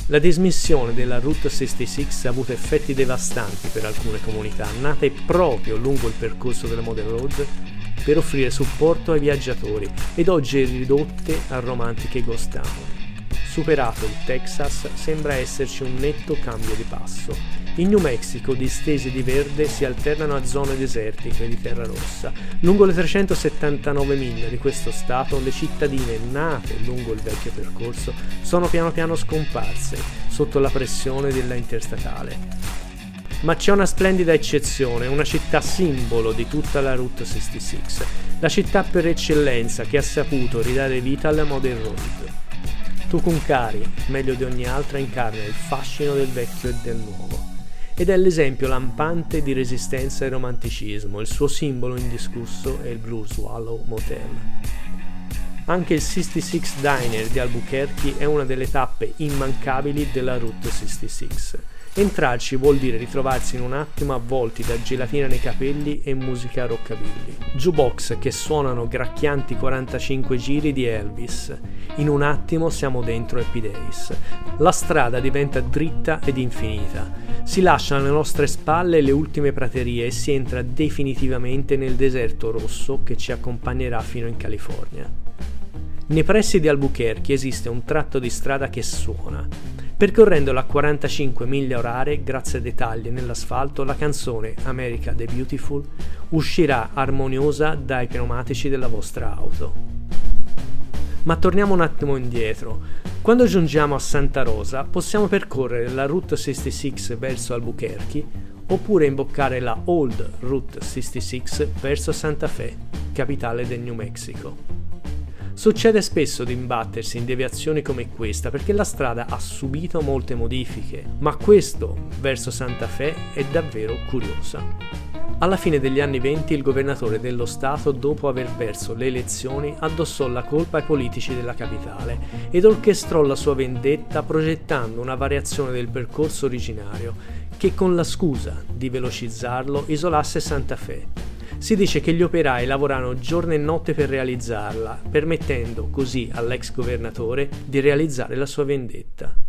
La dismissione della Route 66 ha avuto effetti devastanti per alcune comunità nate proprio lungo il percorso della Model Road per offrire supporto ai viaggiatori ed oggi ridotte a romantiche ghost town. Superato il Texas, sembra esserci un netto cambio di passo. In New Mexico distese di verde si alternano a zone desertiche di terra rossa. Lungo le 379 miglia di questo stato, le cittadine nate lungo il vecchio percorso sono piano piano scomparse sotto la pressione della interstatale. Ma c'è una splendida eccezione, una città simbolo di tutta la Route 66, la città per eccellenza che ha saputo ridare vita alla Model Road. Tucumcari, meglio di ogni altra, incarna il fascino del vecchio e del nuovo. Ed è l'esempio lampante di resistenza e romanticismo, il suo simbolo indiscusso è il Blue Swallow Motel. Anche il 66 Diner di Albuquerque è una delle tappe immancabili della Route 66. Entrarci vuol dire ritrovarsi in un attimo avvolti da gelatina nei capelli e musica rockabilly. Jukebox che suonano gracchianti 45 giri di Elvis. In un attimo siamo dentro Happy Days. La strada diventa dritta ed infinita. Si lasciano alle nostre spalle le ultime praterie e si entra definitivamente nel deserto rosso che ci accompagnerà fino in California. Nei pressi di Albuquerque esiste un tratto di strada che suona. Percorrendolo a 45 miglia orarie, grazie ai dettagli nell'asfalto, la canzone America the Beautiful uscirà armoniosa dai pneumatici della vostra auto. Ma torniamo un attimo indietro. Quando giungiamo a Santa Rosa possiamo percorrere la Route 66 verso Albuquerque oppure imboccare la Old Route 66 verso Santa Fe, capitale del New Mexico. Succede spesso di imbattersi in deviazioni come questa perché la strada ha subito molte modifiche, ma questo verso Santa Fe è davvero curiosa. Alla fine degli anni 20 il governatore dello stato, dopo aver perso le elezioni, addossò la colpa ai politici della capitale ed orchestrò la sua vendetta progettando una variazione del percorso originario che con la scusa di velocizzarlo isolasse Santa Fe. Si dice che gli operai lavorarono giorno e notte per realizzarla, permettendo così all'ex governatore di realizzare la sua vendetta.